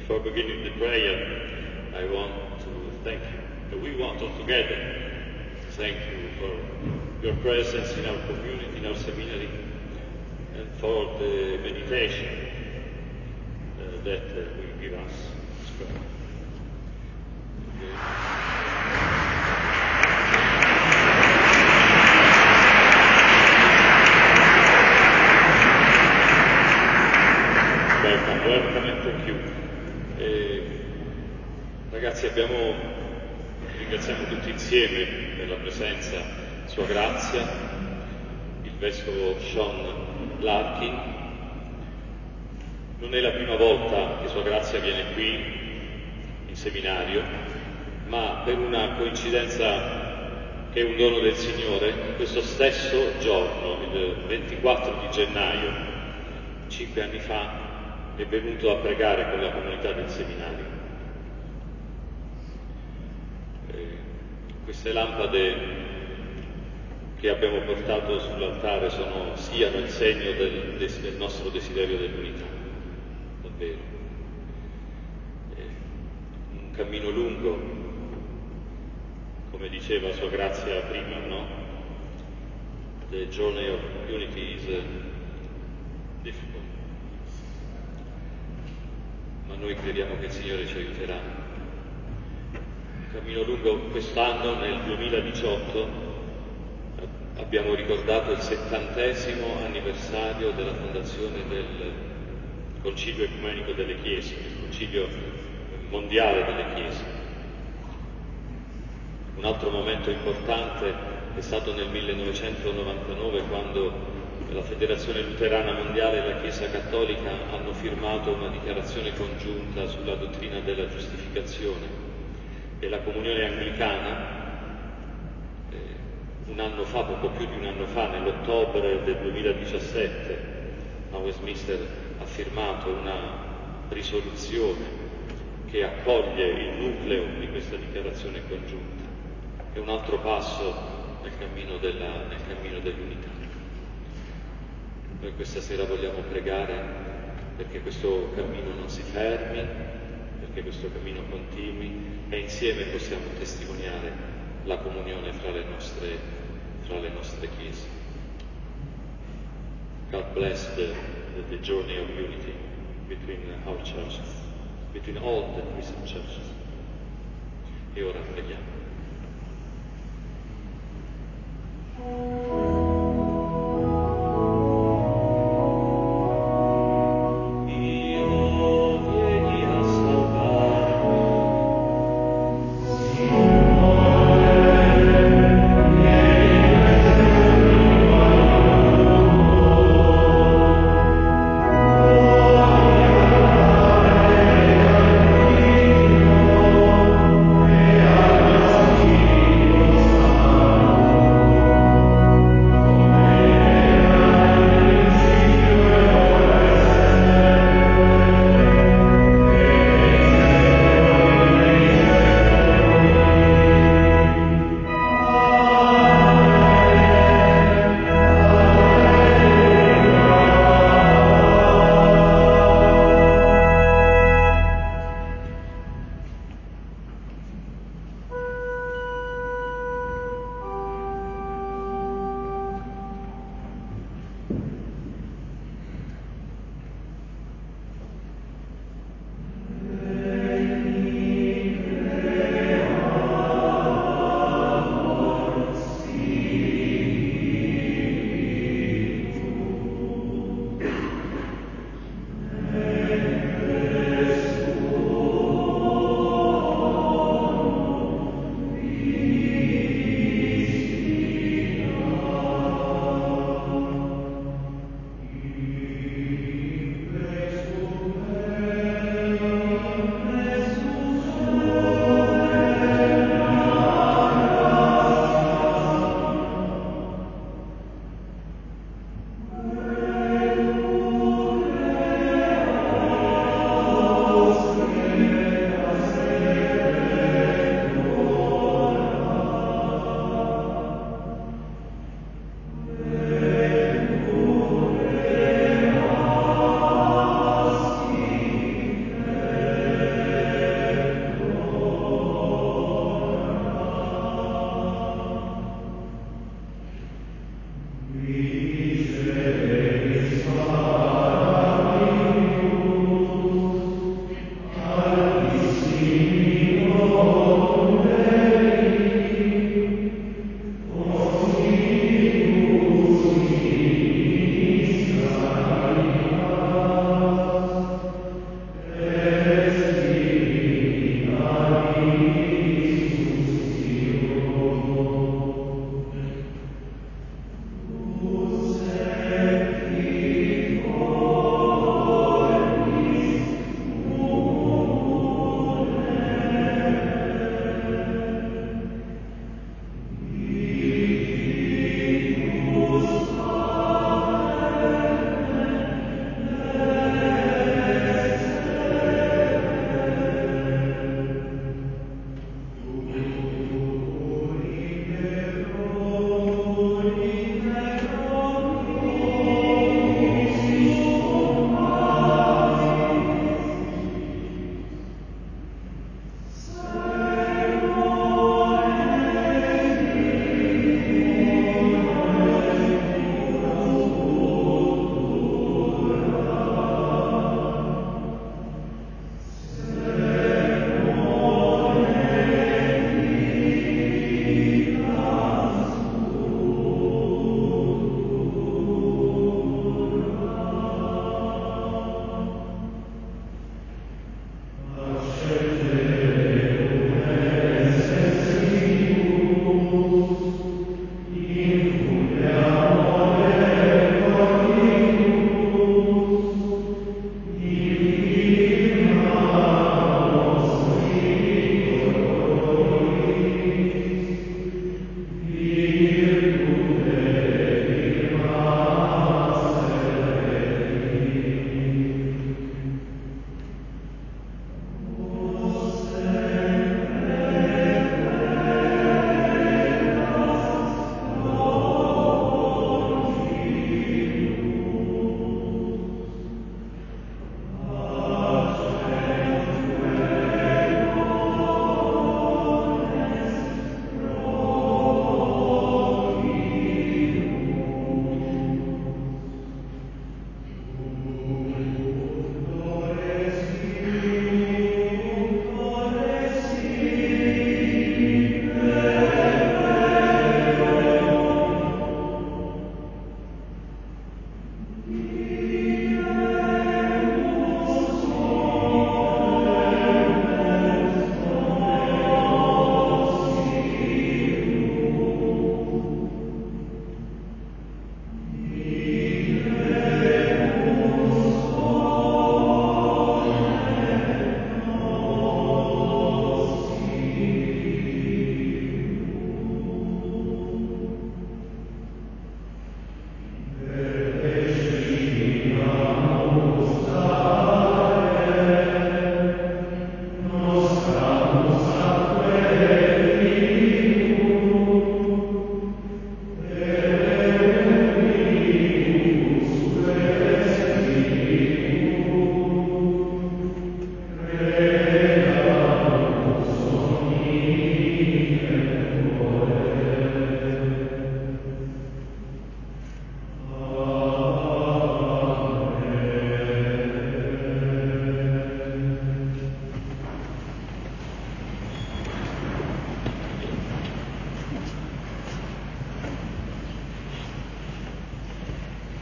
Before beginning the prayer, I want to thank you. We want all together to thank you for your presence in our community, in our seminary, and for the meditation that will give us strength. Welcome and thank you. Ragazzi, ringraziamo tutti insieme per la presenza, Sua Grazia, il Vescovo Sean Larkin. Non è la prima volta che Sua Grazia viene qui in seminario, ma per una coincidenza che è un dono del Signore, questo stesso giorno, il 24 di gennaio, 5 anni fa, è venuto a pregare con la comunità del seminario. Queste lampade che abbiamo portato sull'altare siano il segno del nostro desiderio dell'unità, davvero. Un cammino lungo, come diceva Sua Grazia prima, no? The journey of unity is difficult. Ma noi crediamo che il Signore ci aiuterà. Un cammino lungo. Quest'anno, nel 2018, abbiamo ricordato il 70° anniversario della fondazione del Concilio Ecumenico delle Chiese, il Concilio Mondiale delle Chiese. Un altro momento importante è stato nel 1999, quando la Federazione Luterana Mondiale e la Chiesa Cattolica hanno firmato una dichiarazione congiunta sulla dottrina della giustificazione, e la Comunione Anglicana un anno fa, poco più di un anno fa, nell'ottobre del 2017, a Westminster ha firmato una risoluzione che accoglie il nucleo di questa dichiarazione congiunta. È un altro passo nel cammino dell'unità. Noi questa sera vogliamo pregare perché questo cammino non si fermi, perché questo cammino continui, e insieme possiamo testimoniare la comunione fra le nostre chiese. God bless the journey of unity between our churches, between all the Christian churches. E ora preghiamo.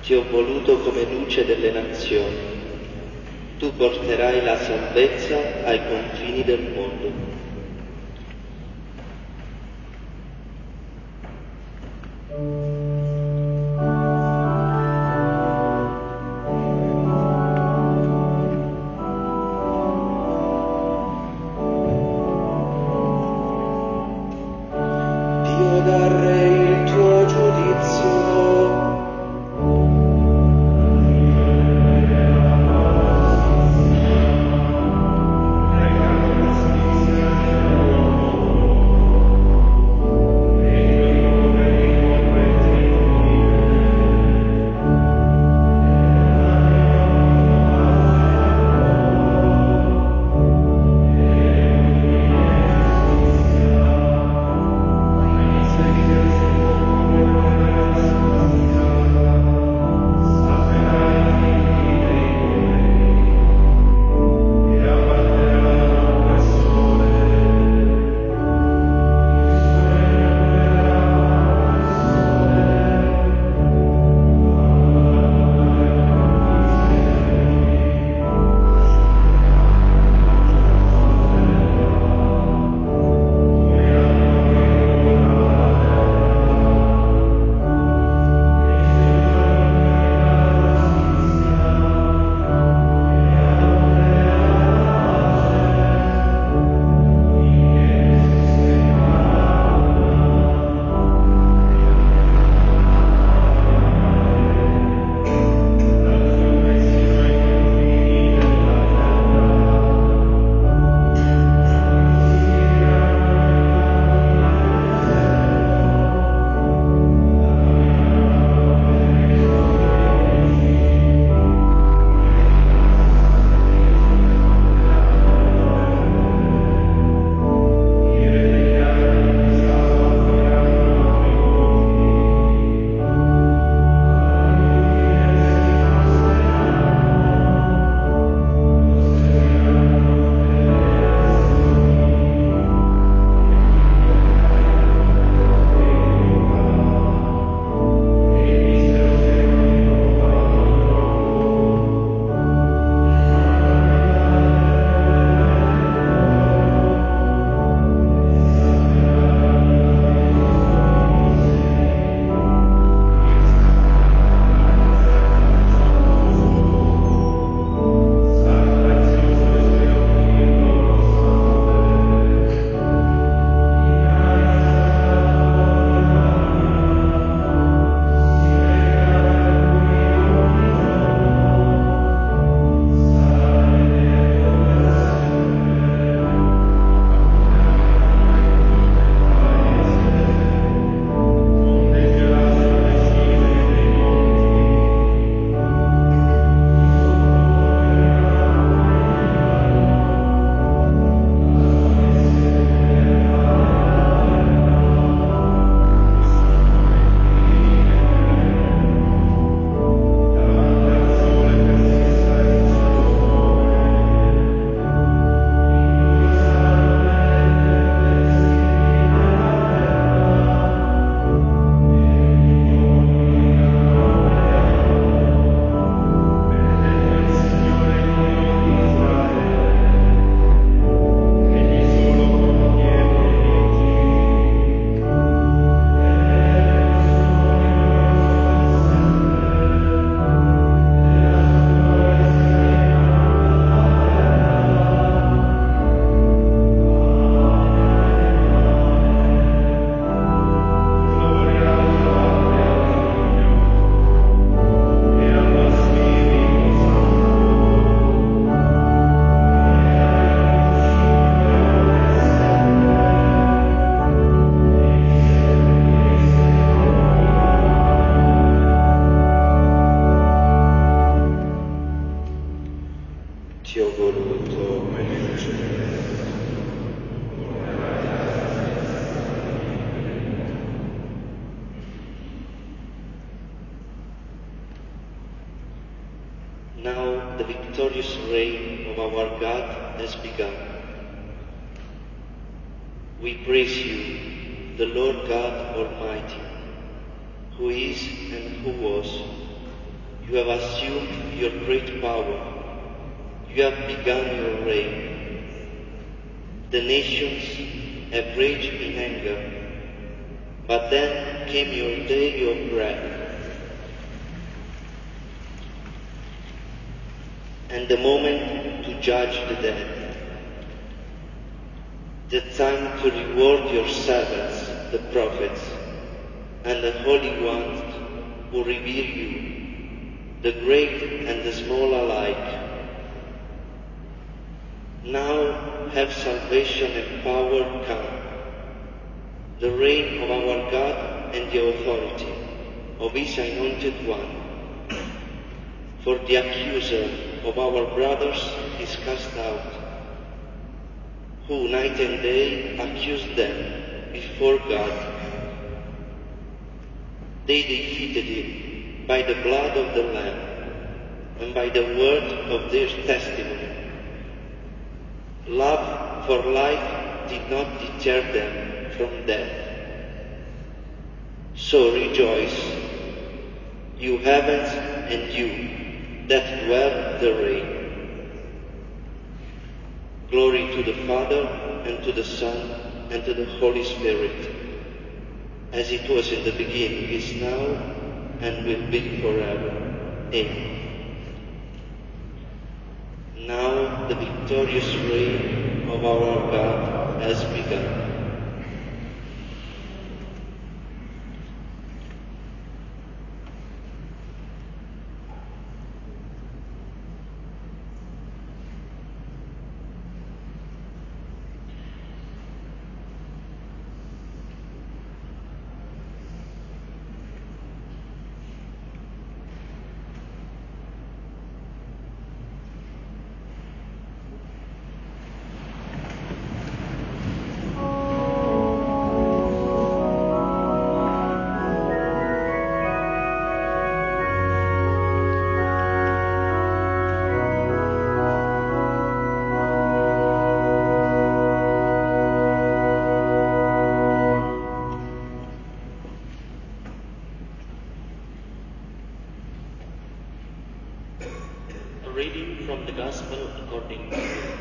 Ti ho voluto come luce delle nazioni. Tu porterai la salvezza ai confini del mondo. Dio dal Re il tuo giudizio. Ti ho voluto come luce. Now the victorious reign of our God has begun. We praise you, the Lord God Almighty, who is and who was, You have assumed your great power. You have begun your reign. The nations have raged in anger, but then came your day of wrath, and the moment to judge the dead, the time to reward your servants, the prophets, and the holy ones who revere you, the great and the small alike. Now have salvation and power come, the reign of our God and the authority of His anointed one. For the accuser of our brothers is cast out, who night and day accused them before God. They defeated him by the blood of the Lamb and by the word of their testimony. Love for life did not deter them from death. So rejoice, you heavens and you that dwell therein. Glory to the Father, and to the Son, and to the Holy Spirit, as it was in the beginning, is now, and will be forever. Amen. Now the victorious reign of our God has begun. Reading from the Gospel according to Luke.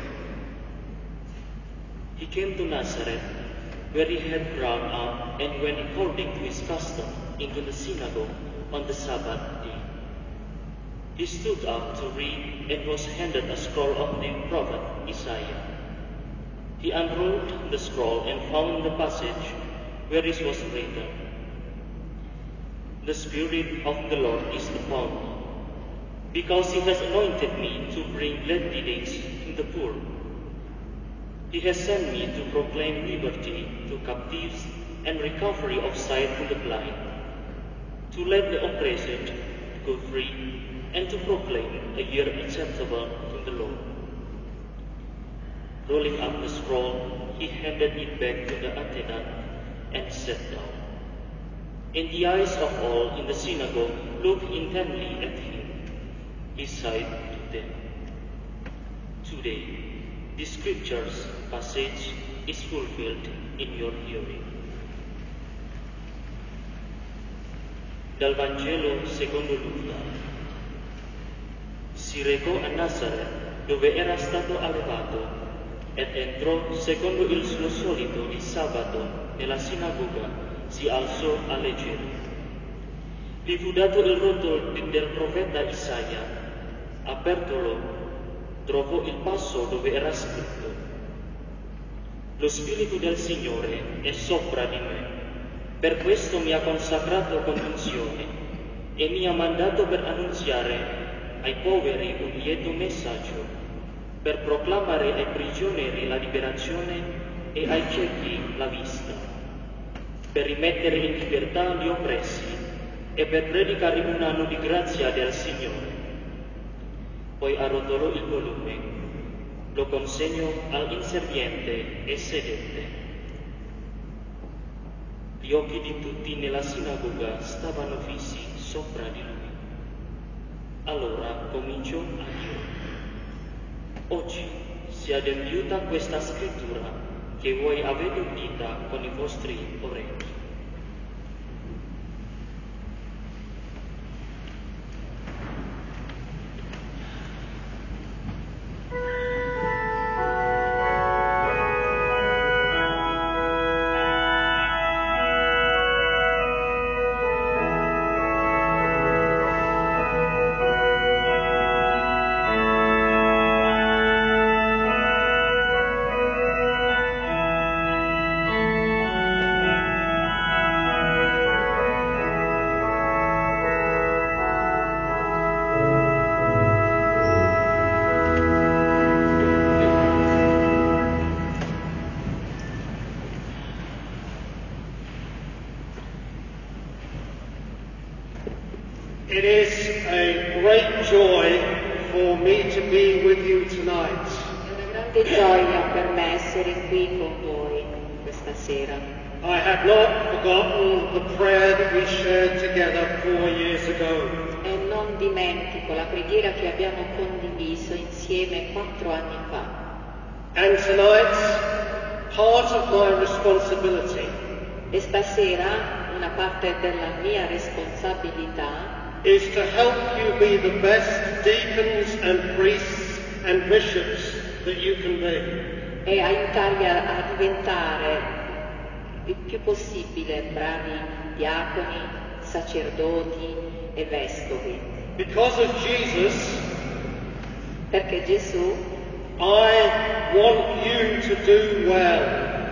He came to Nazareth, where he had grown up, and went according to his custom into the synagogue on the Sabbath day. He stood up to read, and was handed a scroll of the prophet Isaiah. He unrolled the scroll and found the passage where it was written, "The Spirit of the Lord is upon me, because he has anointed me to bring glad tidings to the poor. He has sent me to proclaim liberty to captives and recovery of sight to the blind, to let the oppressed go free, and to proclaim a year acceptable to the Lord." Rolling up the scroll, he handed it back to the attendant and sat down. And the eyes of all in the synagogue looked intently at him. He said to them, "Today, the Scripture's passage is fulfilled in your hearing." Dal Vangelo secondo Luca. Si recò a Nazareth, dove era stato allevato, ed entrò secondo il suo solito il sabato nella sinagoga, si alzò a leggere. Vi fu dato il rotolo del profeta Isaia. Apertolo, trovò il passo dove era scritto: "Lo Spirito del Signore è sopra di me, per questo mi ha consacrato con unzione e mi ha mandato per annunziare ai poveri un lieto messaggio, per proclamare ai prigionieri la liberazione e ai ciechi la vista, per rimettere in libertà gli oppressi e per predicare un anno di grazia del Signore." Poi arrotolò il volume, lo consegnò all'inserviente e sedette. Gli occhi di tutti nella sinagoga stavano fissi sopra di lui. Allora cominciò a dire: "Oggi si è adempiuta questa scrittura che voi avete udita con i vostri orecchi." It is a great joy for me to be with you tonight. È una grande gioia per me essere qui con voi questa sera. I have not forgotten the prayer that we shared together 4 years ago. E non dimentico la preghiera che abbiamo condiviso insieme 4 anni fa. And tonight, part of my responsibility E stasera una parte della mia responsabilità is to help you be the best deacons and priests and bishops that you can be. è aiutarvi a diventare il più possibile bravi diaconi, sacerdoti e vescovi. Because of Jesus, Perché Gesù I want you to do well.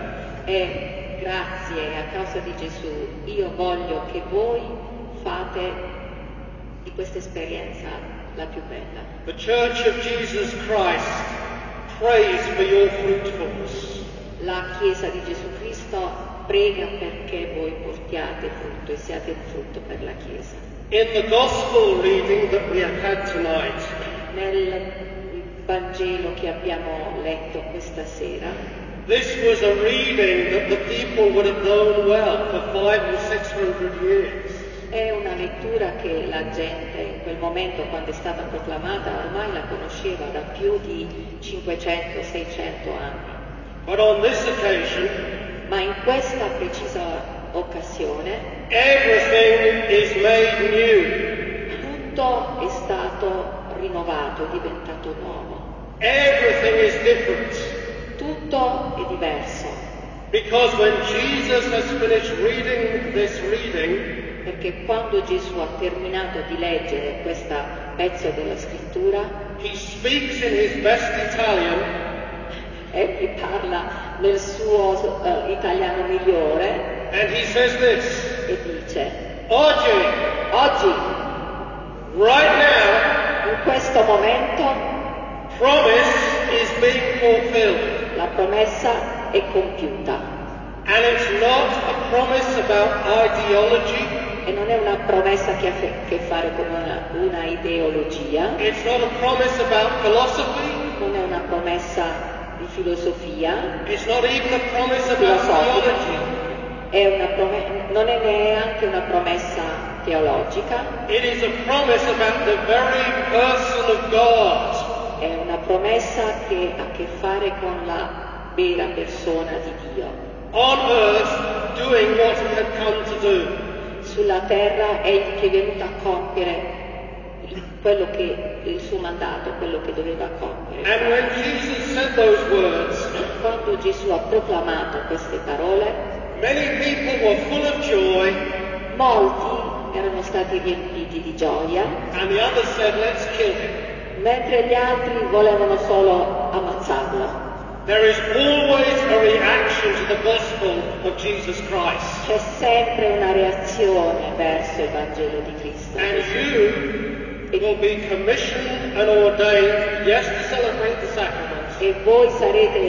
è grazie a causa di Gesù. Io voglio che voi fate di questa esperienza la più bella. The Church of Jesus Christ prays for your fruitfulness. La Chiesa di Gesù Cristo prega perché voi portiate frutto e siate un frutto per la Chiesa. In the Gospel reading that we have had tonight, Nel Vangelo che abbiamo letto questa sera, this was a reading that the people would have known well for 500 or 600 years. è una lettura che la gente in quel momento, quando è stata proclamata, ormai la conosceva da più di 500-600 anni. But on this occasion, Ma in questa precisa occasione everything is made new. tutto è stato rinnovato, è diventato nuovo. Everything is different. Tutto è diverso, Because when Jesus has finished reading this reading, perché quando Gesù ha terminato di leggere questo pezzo della scrittura, he speaks in his best Italian, egli parla nel suo italiano migliore and he says this: e dice: Oggi, oggi, right now, in questo momento, promise is being fulfilled. la promessa è compiuta. And it's not a promise about ideology. E non è una promessa che ha a che fare con una ideologia, It's not a promise about philosophy. non è una promessa di filosofia, It's not even a promise about theology. non è neanche una promessa teologica, It is a promise about the very person of God. è una promessa che ha a che fare con la vera persona di Dio. On earth, doing what he had come to do. Sulla terra egli che è venuto a compiere quello che il suo mandato, quello che doveva compiere. And when Jesus said those words, Quando Gesù ha proclamato queste parole, many people were full of joy, molti erano stati riempiti di gioia, and the others said, let's kill him. mentre gli altri volevano solo ammazzarlo. There is always a reaction to the gospel of Jesus Christ. C'è sempre una reazione verso il Vangelo di Cristo. And you will be commissioned and ordained, yes, to celebrate the sacraments, E voi sarete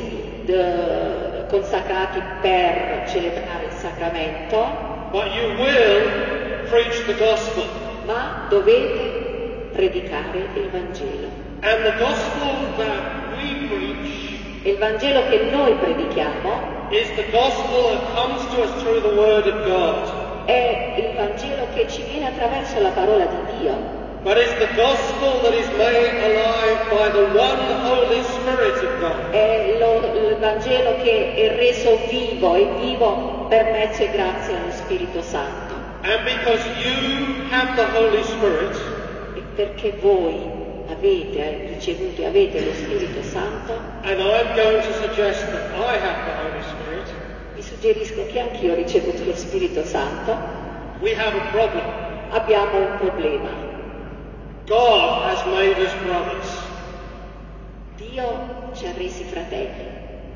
consacrati per celebrare il sacramento, but you will preach the gospel. ma dovete predicare il Vangelo. And the gospel that we preach E il Vangelo che noi predichiamo is the gospel that comes to us through the Word of God. è il Vangelo che ci viene attraverso la parola di Dio, But it's the gospel that is made alive by the one Holy Spirit of God. è il Vangelo che è reso vivo e vivo per mezzo e grazie allo Spirito Santo. And because you have the Holy Spirit, E perché voi avete ricevuto e avete lo Spirito Santo, and I'm going to suggest that I have the Holy Spirit, vi suggerisco che anch'io ho ricevuto lo Spirito Santo, we have a problem. abbiamo un problema. God has made us brothers. Dio ci ha resi fratelli.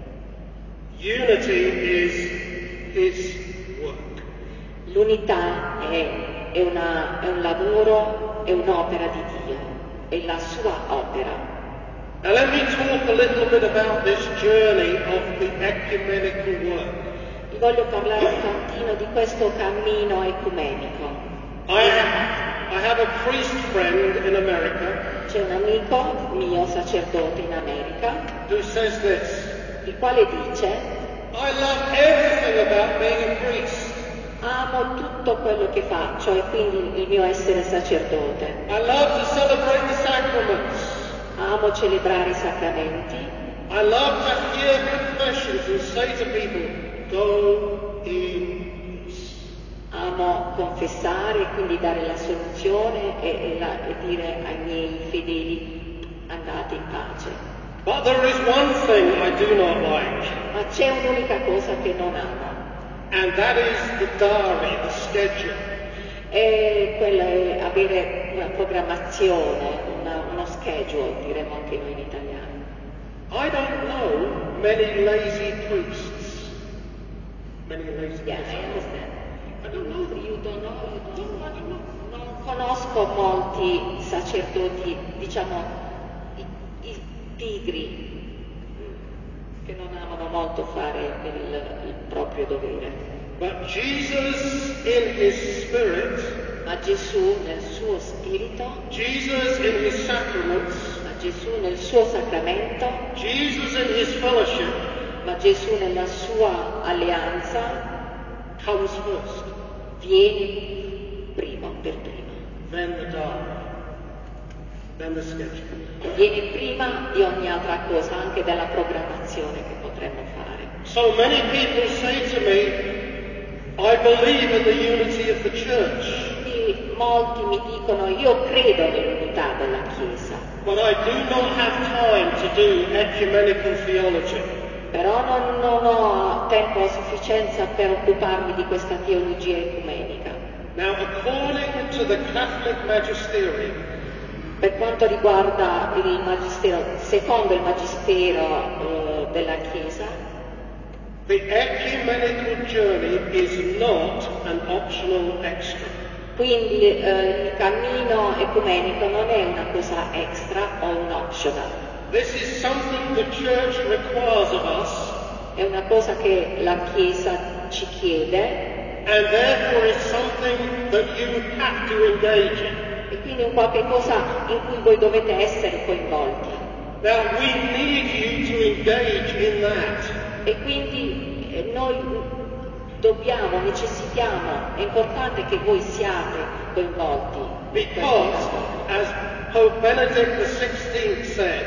Unity is His work. L'unità è un lavoro, è un'opera di Dio, è la sua opera. Now let me talk a little bit about this journey of the ecumenical work. Vi voglio parlare un tantino di questo cammino ecumenico. I I have a priest friend in America C'è un amico mio sacerdote in America, who says this: il quale dice: I love everything about being a priest. amo tutto quello che faccio e quindi il mio essere sacerdote. I love to celebrate the sacraments. Amo celebrare i sacramenti. I love to hear confessions and say to people, go in peace. Amo confessare e quindi dare la soluzione e dire ai miei fedeli: andate in pace. But there is one thing I do not like, Ma c'è un'unica cosa che non amo, and that is the diary, the schedule. e quella è avere una programmazione, uno schedule, diremmo anche noi in italiano. I don't know many lazy priests. Many lazy Yeah, priests. I understand. I don't know. You don't know, No, I don't know. Non conosco molti sacerdoti, diciamo, i pigri, che non amano molto fare il proprio dovere. But Jesus in his spirit, Ma Gesù nel suo spirito, Jesus in his sacraments, ma Gesù nel suo sacramento, Jesus in his fellowship ma Gesù nella sua alleanza comes first, viene per primo. then the diary, then the schedule. Viene prima di ogni altra cosa, anche della programmazione che potremmo fare. So many people say to me, I believe in the unity of the church, Quindi molti mi dicono: io credo nell'unità della Chiesa, but I do not have time to do ecumenical theology. però non ho tempo a sufficienza per occuparmi di questa teologia ecumenica. Now, according to the Catholic magisterium, Per quanto riguarda il magistero, secondo il magistero della Chiesa, the ecumenical journey is not an optional extra. quindi il cammino ecumenico non è una cosa extra o un optional, This is something the Church requires of us, è una cosa che la Chiesa ci chiede and therefore is something that you have to engage in. e quindi è un qualche cosa in cui voi dovete essere coinvolti. Now, we need you to engage in that. E quindi noi necessitiamo, è importante che voi siate coinvolti in questa Because, cosa. as Pope Benedict XVI said,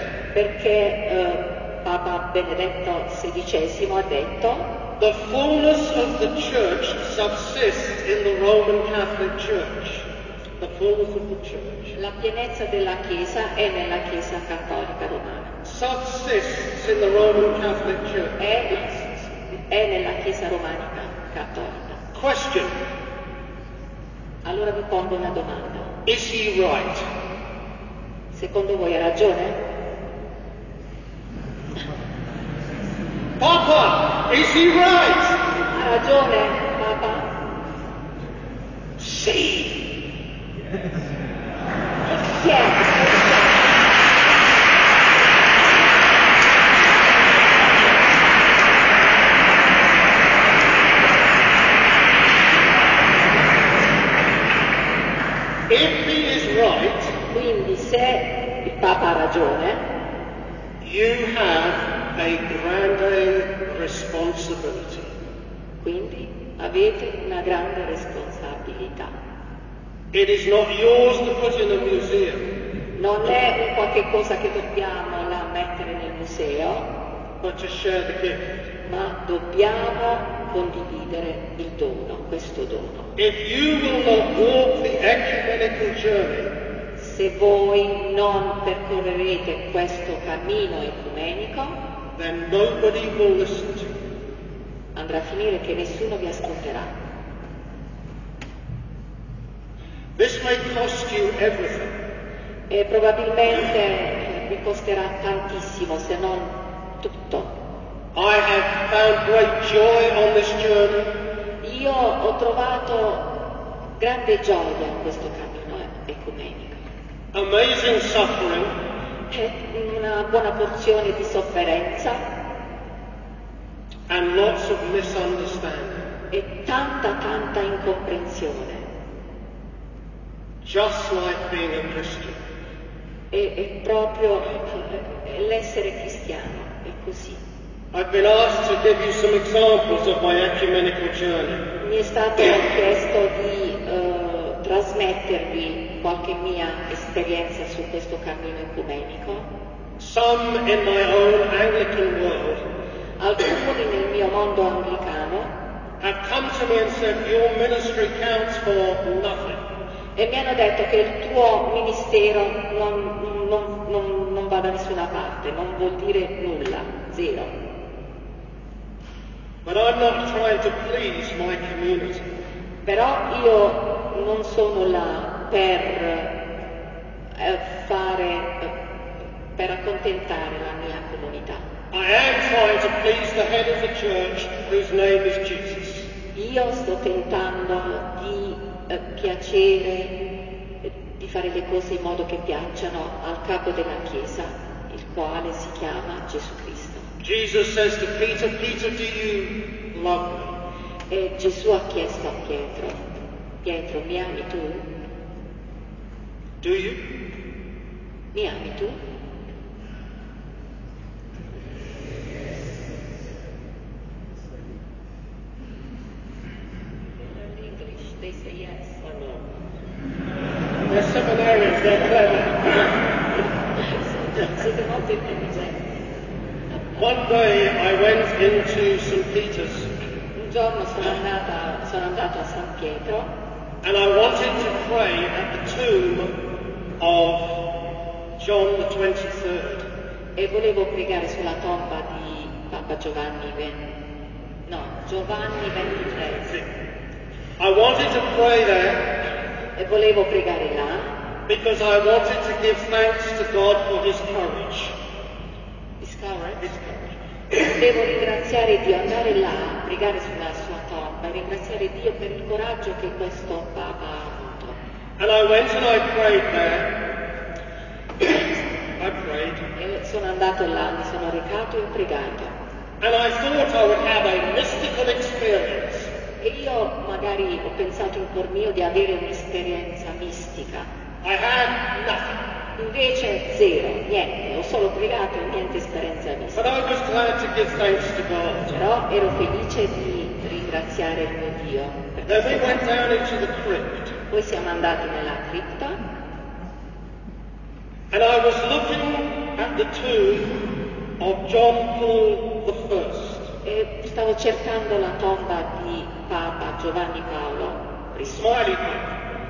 Perché Papa Benedetto XVI ha detto: the fullness of the Church subsists in the Roman Catholic Church. The fullness of the Church la pienezza della Chiesa è nella Chiesa Cattolica Romana, subsists in the Roman Catholic Church. è nella Chiesa Romanica Cattolica. Question, Allora vi pongo una domanda: is he right? secondo voi ha ragione? Papa, is he right? Ha ragione Papa? Sì. Yes. If he is right, Quindi se il Papa ha ragione, you have a grande responsibility. quindi avete una grande responsabilità. It is not yours to put in a museum, Non è un qualche cosa che dobbiamo là mettere nel museo, but to share the gift. ma dobbiamo condividere il dono, questo dono. If you will not walk the ecumenical journey, Se voi non percorrerete questo cammino ecumenico, then nobody will listen to you. andrà a finire che nessuno vi ascolterà. This may cost you everything, E probabilmente vi costerà tantissimo, se non tutto. I have found great joy on this journey. Io ho trovato grande gioia in questo cammino ecumenico. Amazing suffering, È una buona porzione di sofferenza and lots of misunderstanding. e tanta incomprensione. just like being a Christian. È proprio l'essere cristiano, è così. I've been asked to give you some examples of my ecumenical journey. Mi è stato chiesto di trasmettervi qualche mia esperienza su questo cammino ecumenico. Some in my own Anglican world Alcuni nel mio mondo anglicano have come to me and said, your ministry counts for nothing. e mi hanno detto che il tuo ministero non va da nessuna parte, non vuol dire nulla, zero. But I'm not trying to please my community. Però io non sono là per accontentare la mia comunità. I am trying to please the head of the church, whose name is Jesus. Io sto tentando di piacere, di fare le cose in modo che piacciono al capo della Chiesa, il quale si chiama Gesù Cristo. Jesus says to Peter, Peter, do you love me? E Gesù ha chiesto a Pietro, Pietro, mi ami tu? Do you? Mi ami tu? In English they say yes. I know. They're seminarians, they're clever. Siete molto intelligenti. One day I went into St. Peter's Un giorno sono andato a San Pietro and I wanted to pray at the tomb of John the 23rd. e volevo pregare sulla tomba di Papa Giovanni XXIII. I wanted to pray there E volevo pregare là because I wanted to give thanks to God for his courage. Devo ringraziare Dio, andare là, pregare sulla sua tomba e ringraziare Dio per il coraggio che questo Papa ha avuto. And I went and I prayed there. I prayed. E sono andato là, mi sono recato e ho pregato. And I thought I would have a mystical experience. E io magari ho pensato in cuor mio di avere un'esperienza mistica. I had nothing. Invece zero, niente, ho solo pregato e niente esperienza But mistica. I was glad to give thanks to God. Però ero felice di ringraziare il mio Dio. per Then we questa went cosa. down into the crypt. Poi siamo andati nella cripta And I was looking at the tomb of John Paul I. e stavo cercando la tomba di Papa Giovanni Paolo I. Smiley face.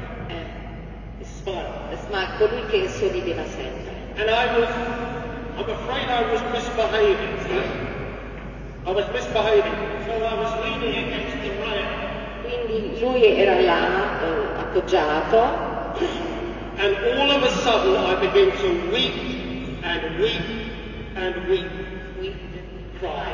Ma colui che sorrideva sempre. And I'm afraid I was misbehaving. I was misbehaving. So I was leaning against the rail. Quindi lui era là, appoggiato, And all of a sudden I began to weep and weep and weep. Cry.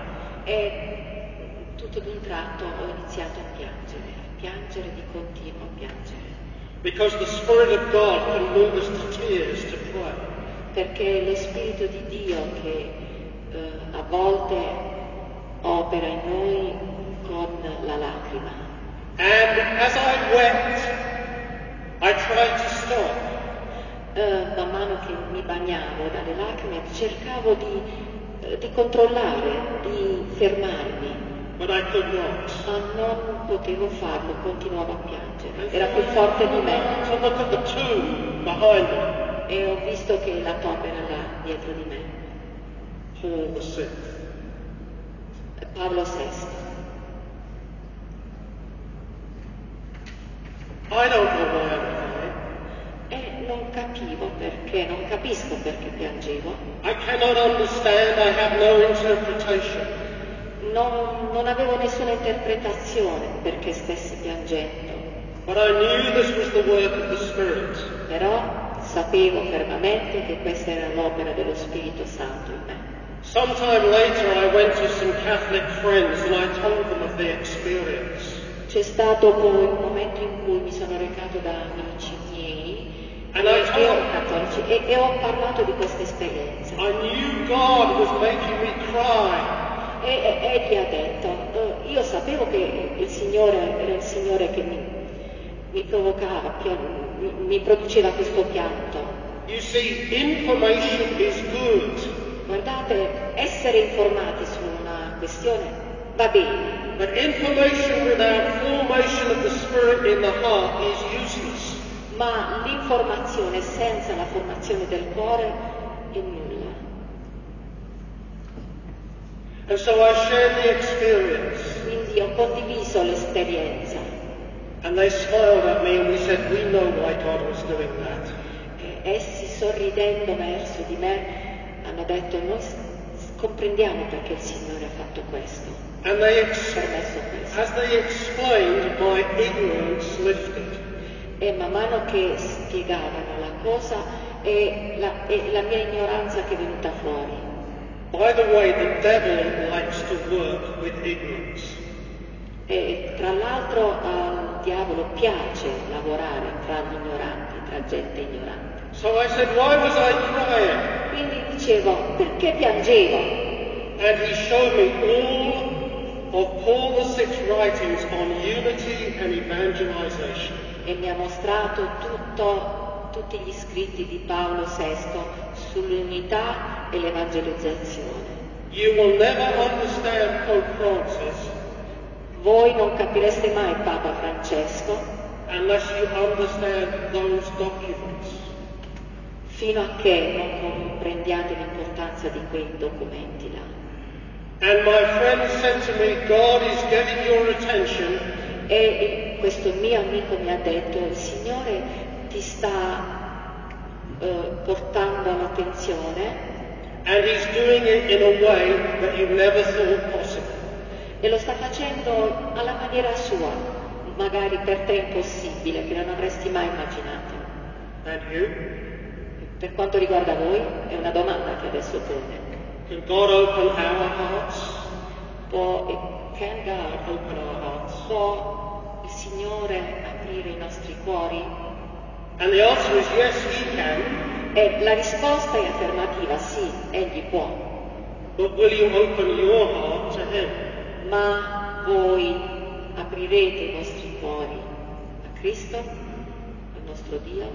e tutto d'un tratto ho iniziato a piangere di continuo, a piangere. Because the Spirit of God can move us to tears to pray. Perché è lo Spirito di Dio che a volte opera in noi con la lacrima. And as I wept, I tried to stop. Man mano che mi bagnavo dalle lacrime cercavo di controllare, di fermarmi, But I could not. ma non potevo farlo, continuavo a piangere, era più forte di me. So look at the tomb behind me. E ho visto che la tomba era là dietro di me. Paul VI. Paolo VI. I don't know why I'm crying. E non capisco perché piangevo. I cannot understand. I have no interpretation. Non avevo nessuna interpretazione perché stessi piangendo. But I knew this was the work of the Spirit. Però sapevo fermamente che questa era l'opera dello Spirito Santo in me. Sometime later I went to some Catholic friends and I told them of the experience. C'è stato poi un momento in cui mi sono recato da amici miei cattolici e ho parlato di questa esperienza. I knew God was making me cry. E egli ha detto, io sapevo che il Signore era il Signore che mi provocava, mi produceva questo pianto. You see, information is good, Guardate, essere informati su una questione va bene, but information without formation of the Spirit in the heart is useless. ma l'informazione senza la formazione del cuore è nulla. And so I shared the experience, Quindi ho condiviso l'esperienza. and they smiled at me and we said, we know why God was doing that. Essi sorridendo verso di me hanno detto noi comprendiamo perché il Signore ha fatto questo, And they permesso questo. as they explained, my ignorance lifted. E man mano che spiegavano la cosa e la mia ignoranza che è venuta fuori. By the way, the devil likes to work with ignorance. E tra l'altro al diavolo piace lavorare tra gli ignoranti, tra gente ignorante. So I said, why was I crying? Quindi dicevo, perché piangevo? And he showed me all of Paul VI's writings on unity and evangelization. E mi ha mostrato tutti gli scritti di Paolo VI sull'unità e l'evangelizzazione. You will never understand Pope Francis Voi non capireste mai Papa Francesco unless you understand those documents. fino a che non comprendiate l'importanza di quei documenti là. And my friend said to me, God is getting your attention E questo mio amico mi ha detto, il Signore ti sta portando all'attenzione and he's doing it in a way that you never thought possible. e lo sta facendo alla maniera sua, magari per te impossibile, che non avresti mai immaginato. And you? Per quanto riguarda voi, è una domanda che adesso pone. Can God open our hearts? Can God Open our hearts? può il Signore aprire i nostri cuori? And the answer is yes, he can. E la risposta è affermativa, sì, Egli può. But will you open your heart to him? Ma voi aprirete i vostri cuori a Cristo, al nostro Dio?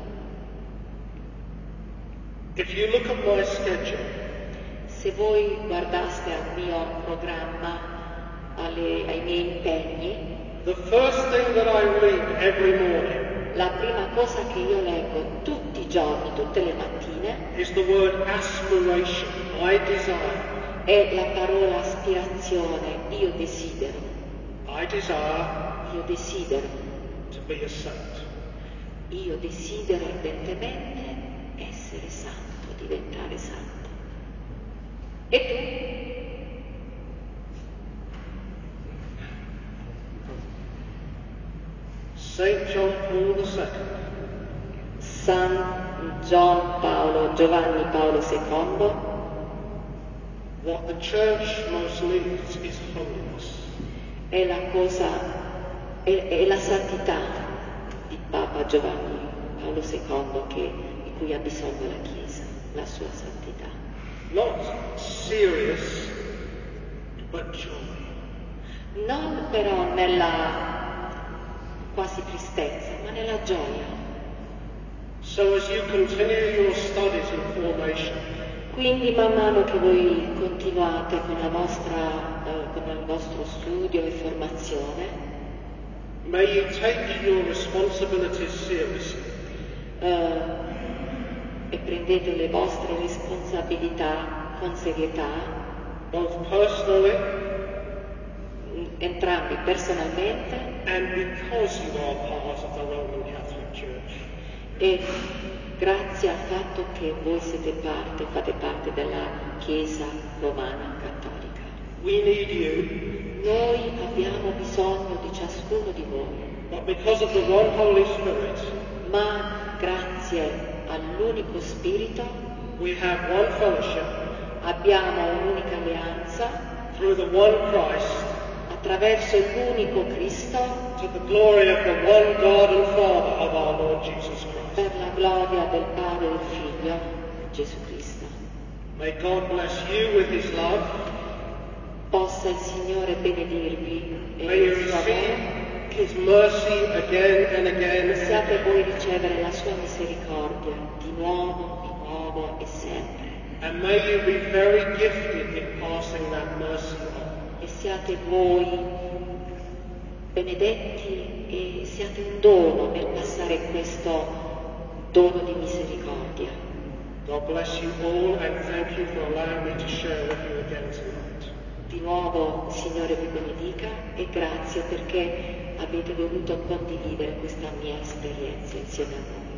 If you look at my schedule, Se voi guardaste al mio programma, ai miei impegni, the first thing that I read every morning la prima cosa che io leggo tutti i giorni, tutte le mattine, is the word aspiration. I desire. è la parola aspirazione. Io desidero to be a saint. Io desidero ardentemente essere santo, diventare santo. E tu? Saint John Paul II San Giovanni Paolo II, what the church most needs is holiness. è la santità di Papa Giovanni Paolo II di cui ha bisogno la Chiesa, la sua santità. Not serious, but joy. Non però nella quasi tristezza, ma nella gioia. So as you continue your studies in formation, Quindi man mano che voi continuate con il vostro studio e formazione, may you take your responsibilities seriously. E prendete le vostre responsabilità con serietà, Both personally entrambi personalmente and because you are part of the Roman Catholic Church. e grazie al fatto che voi fate parte della Chiesa romana cattolica. We need you, Noi abbiamo bisogno di ciascuno di voi, but because of the one Holy Spirit, ma grazie all'unico Spirito we have one fellowship abbiamo un'unica alleanza through the one Christ, attraverso l'unico Cristo to the glory of the one God and Father of our Lord Jesus Christ. per la gloria del Padre e del Figlio Gesù Cristo. May God bless you with his love. Possa il Signore benedirvi May you il suo amore. His mercy again and again. Possiate voi ricevere la sua misericordia di nuovo e sempre. And may you be very gifted in passing that mercy on. E siate voi benedetti e siate un dono nel passare questo dono di misericordia. God bless you all and thank you for allowing me to share with you again tonight. Di nuovo, Signore vi benedica e grazie perché avete voluto condividere questa mia esperienza insieme a noi.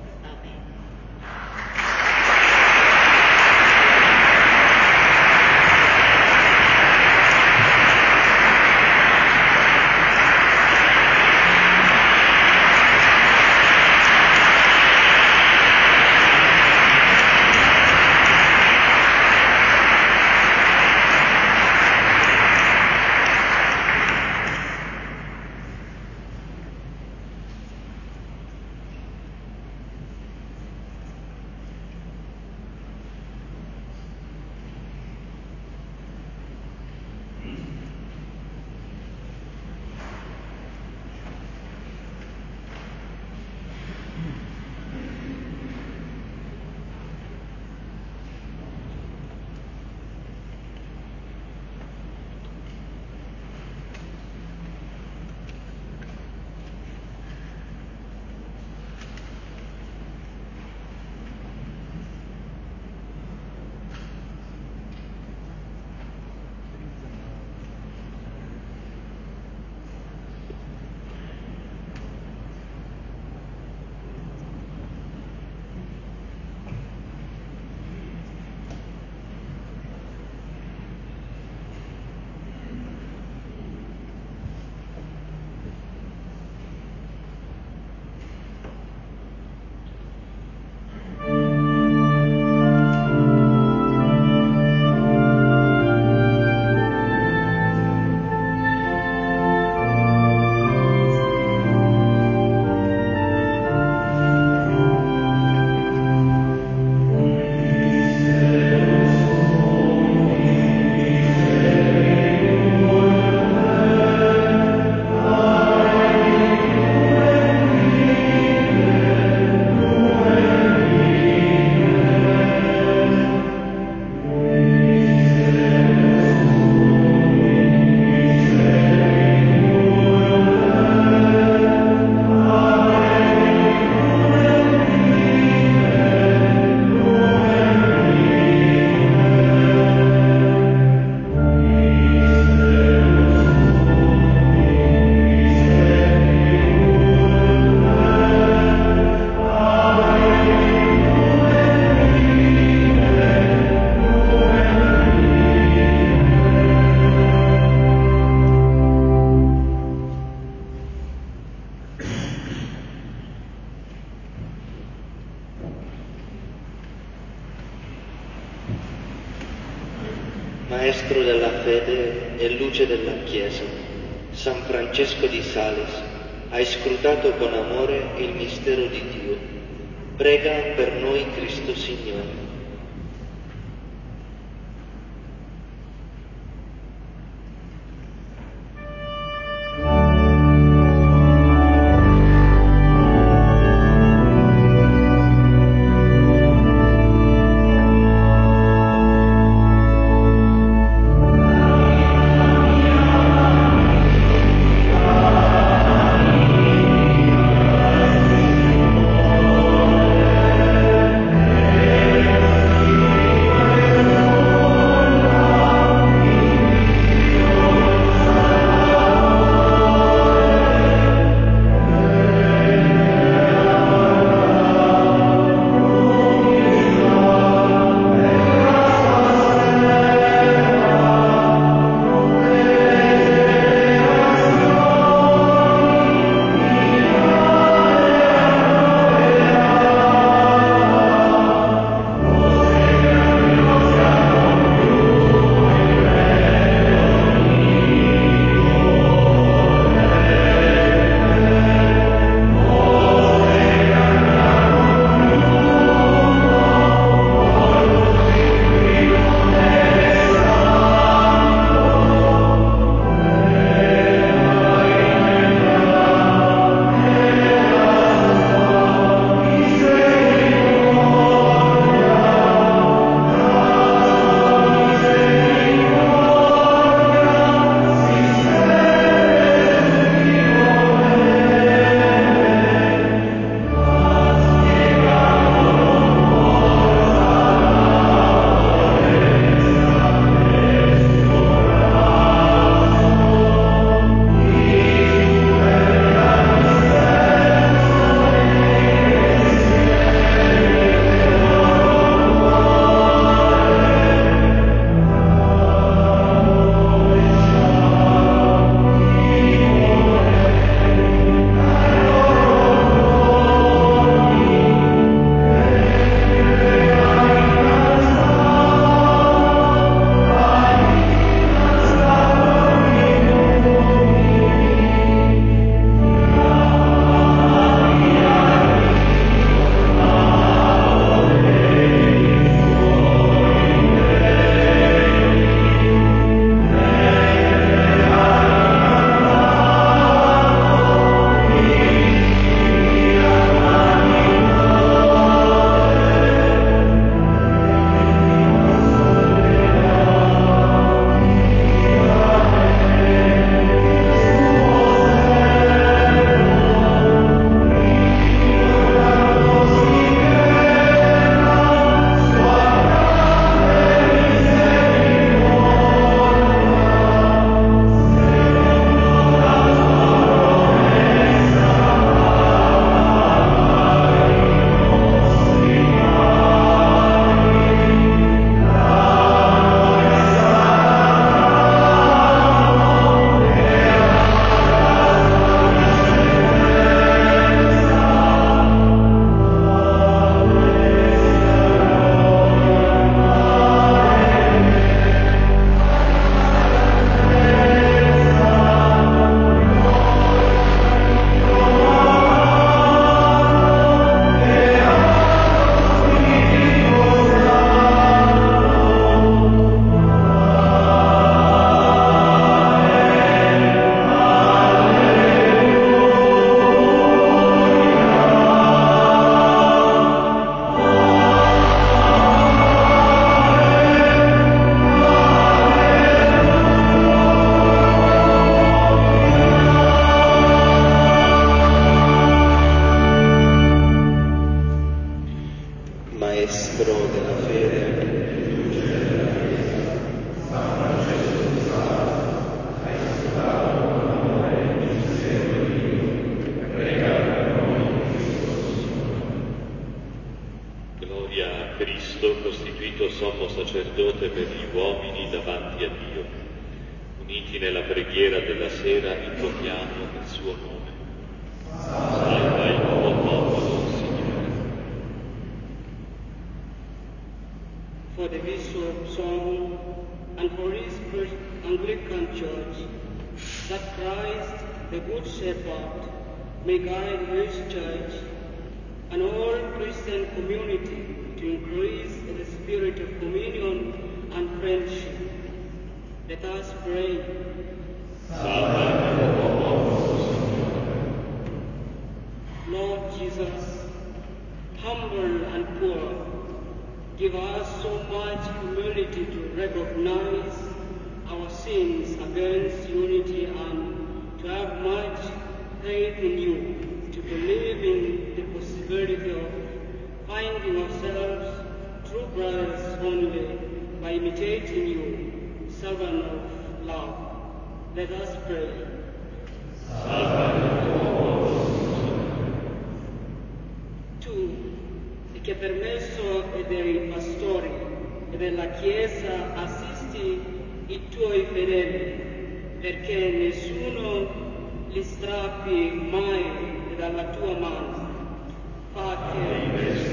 Maestro della fede e luce della Chiesa, San Francesco di Sales, hai scrutato con amore il mistero di Dio. Prega per noi Cristo Signore. sacerdote per gli uomini davanti a Dio. Uniti nella preghiera della sera invochiamo il suo nome. Salva il tuo popolo, Signore. For the Bishop Song and for his Anglican Church, that Christ, the Good Shepherd, may guide his church and all Christian community to increase the spirit of communion and friendship. Let us pray. Lord Jesus, humble and poor, give us so much humility to recognize our sins against unity and to have much faith in you, to believe in the possibility of finding ourselves true brothers only by imitating you, servant of love. Let us pray. Tu, che per mezzo dei pastori e della Chiesa assisti i tuoi fedeli, perché nessuno li strappi mai dalla tua mano. Fa che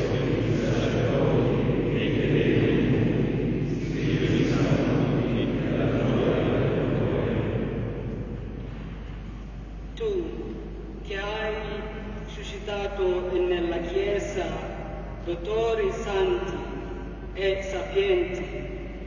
tu, che hai suscitato nella Chiesa dottori santi e sapienti,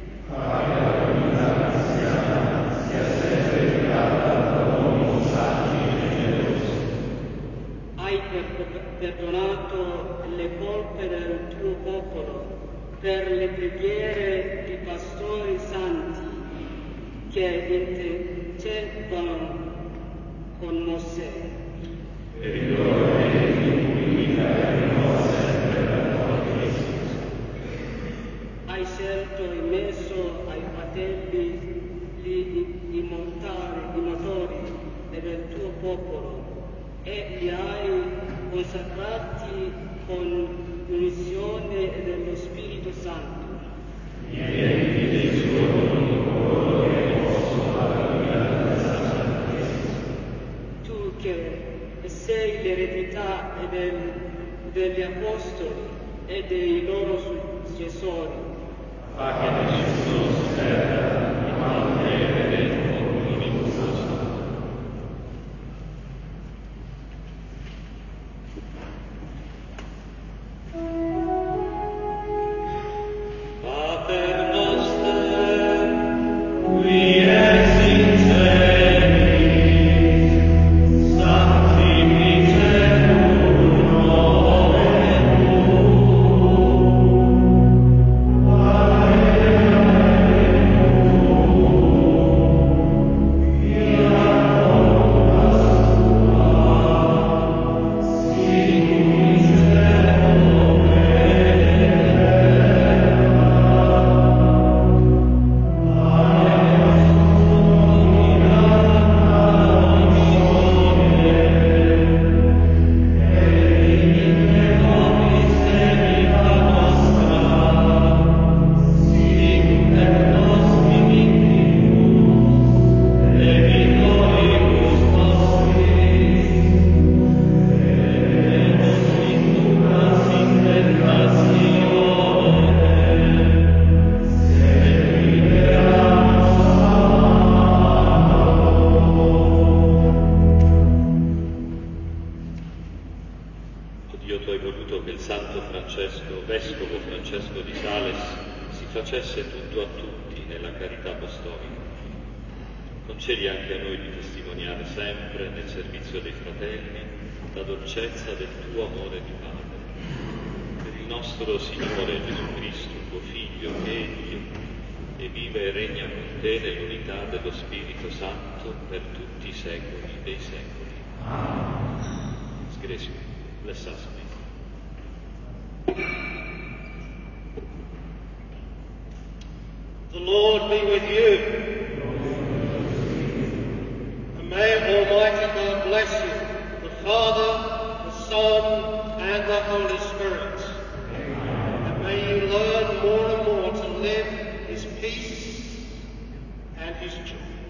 hai perdonato le colpe del tuo popolo per le preghiere di pastori santi che intercedono con Mosè. Hai scelto in mezzo ai fratelli gli motori del tuo popolo e li hai consacrati con l'unzione dello Spirito Santo. Tu che sei l'eredità degli apostoli e dei loro successori, Fa che nessuno si perda di mantenere l'unità. Pater noster, qui es in celis, sanctificetur nomen Dio, tu hai voluto che il santo Francesco, vescovo Francesco di Sales, si facesse tutto a tutti nella carità apostolica. Concedi anche a noi di testimoniare sempre nel servizio dei fratelli la dolcezza del tuo amore di Padre. Per il nostro Signore Gesù Cristo, tuo Figlio, che è Dio, e vive e regna con te nell'unità dello Spirito Santo per tutti i secoli dei secoli. Grace, bless us, please. The Lord be with you. And may Almighty God bless you, the Father, the Son, and the Holy Spirit. And may you learn more and more to live live His peace and His joy.